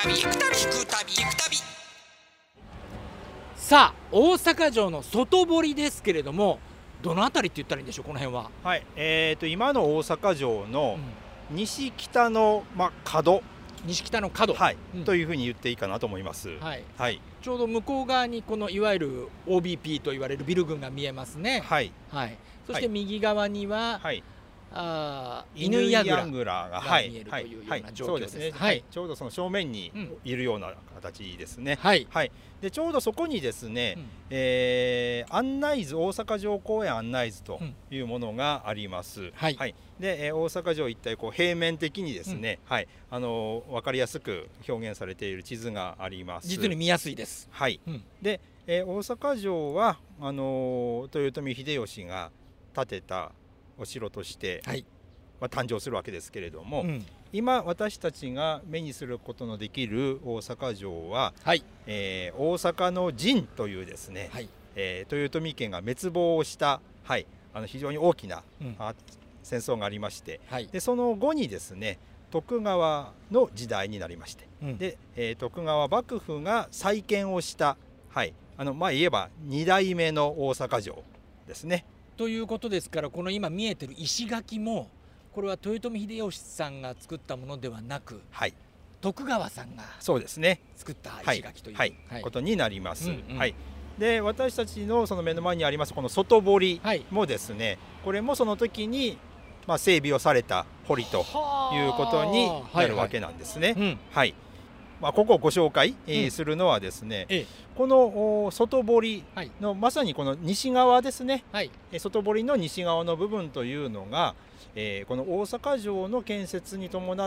さあ大阪城の外堀ですけれども、どのあたりって言ったらいいんでしょう、この辺は。 はい、今の大阪城の西北の、角、 西北の角、 はいというふうに言っていいかなと思います。 はいはい、 ちょうど向こう側にこのいわゆる OBP と言われるビル群が見えますね。 はいはい、そして右側には、 はい、 乾櫓が見えるというような状況です。 はい、ちょうどその正面にいるような形ですね。 はい、 はい、でちょうどそこにですね、案内図、大阪城公園案内図というものがあります。 はい、 はい、で大阪城一帯こう平面的にですね、はい、分かりやすく表現されている地図があります。 実に見やすいです。 はい、で、大阪城は豊臣秀吉が建てたお城として、はい、誕生するわけですけれども、今私たちが目にすることのできる大阪城は、はい、大阪の陣というですね、はい、豊臣家が滅亡をした、はい、非常に大きな、戦争がありまして、はい、でその後にですね徳川の時代になりまして、で徳川幕府が再建をした、はい、言えば2代目の大阪城ですね。 ということですから、この今見えてる石垣もこれは豊臣秀吉さんが作ったものではなく、はい、徳川さんが作った石垣という、 ことになります。はい、で私たちのその目の前にありますこの外堀もですね、これもその時に整備をされた堀ということになるわけなんですね。はい、ここをご紹介するのはですね、この外堀のまさにこの西側ですね、外堀の西側の部分というのが、この大阪城の建設に伴って、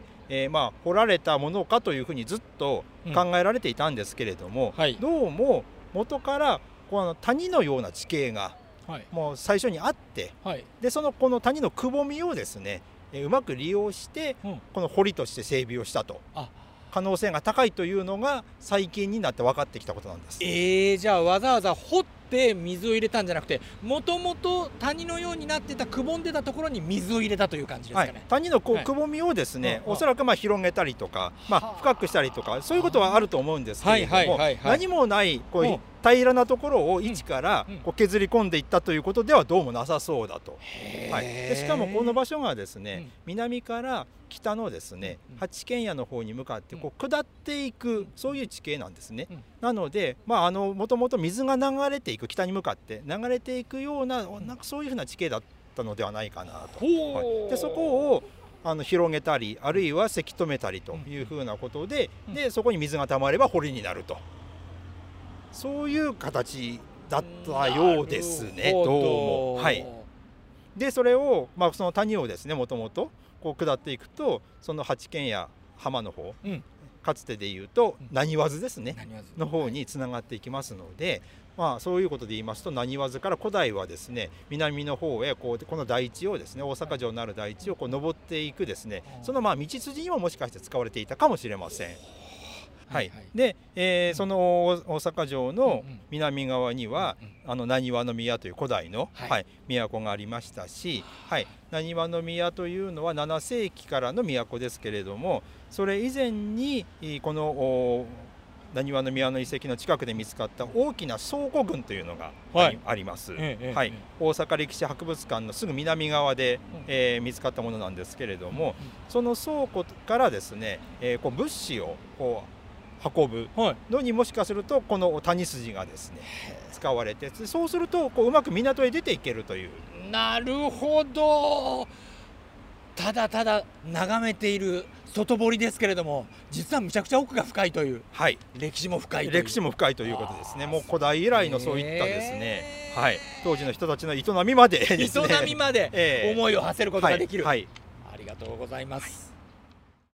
掘られたものかというふうにずっと考えられていたんですけれども、どうも元からこの谷のような地形がもう最初にあって、でこの谷のくぼみをですねうまく利用してこの堀として整備をしたと。可能性が高いというのが最近になって分かってきたことなんです。 じゃあわざわざ掘って水を入れたんじゃなくて、もともと谷のようになってたくぼんでたところに水を入れたという感じですかね。 谷のくぼみをですね、おそらく広げたりとか、深くしたりとかそういうことはあると思うんですけれども、何もない平らなところを一から削り込んでいったということではどうもなさそうだと。でしかもこの場所がですね、南から北のですね八軒家の方に向かって下っていく、そういう地形なんですね。なのでもともと水が流れていく、北に向かって流れていくような、そういうふうな地形だったのではないかなと。でそこを広げたり、あるいはせき止めたりというふうなことで、そこに水がたまれば堀になると、そういう形だったようですね、どうも。はい、でそれを、その谷をですねもともと下っていくと、その八軒家浜の方、かつてでいうと浪速ですね、の方につながっていきますので、そういうことで言いますと、浪速から古代はですね南の方へこの台地をですね、大阪城のある台地を登っていくですね、その道筋にももしかして使われていたかもしれません。はい、で、その大阪城の南側には浪速宮という古代の、都がありましたし、浪速宮というのは7世紀からの都ですけれども、それ以前にこの浪速宮の遺跡の近くで見つかった大きな倉庫群というのがあります。大阪歴史博物館のすぐ南側で見つかったものなんですけれども、その倉庫からですね物資を運ぶのにもしかするとこの谷筋がですね使われて、そうするとうまく港へ出ていけるという。 なるほど。ただただ眺めている外堀ですけれども、実はむちゃくちゃ奥が深いという、歴史も深いということですね。もう古代以来のそういったですね、当時の人たちの営みまでですね、 思いを馳せることができる。ありがとうございます。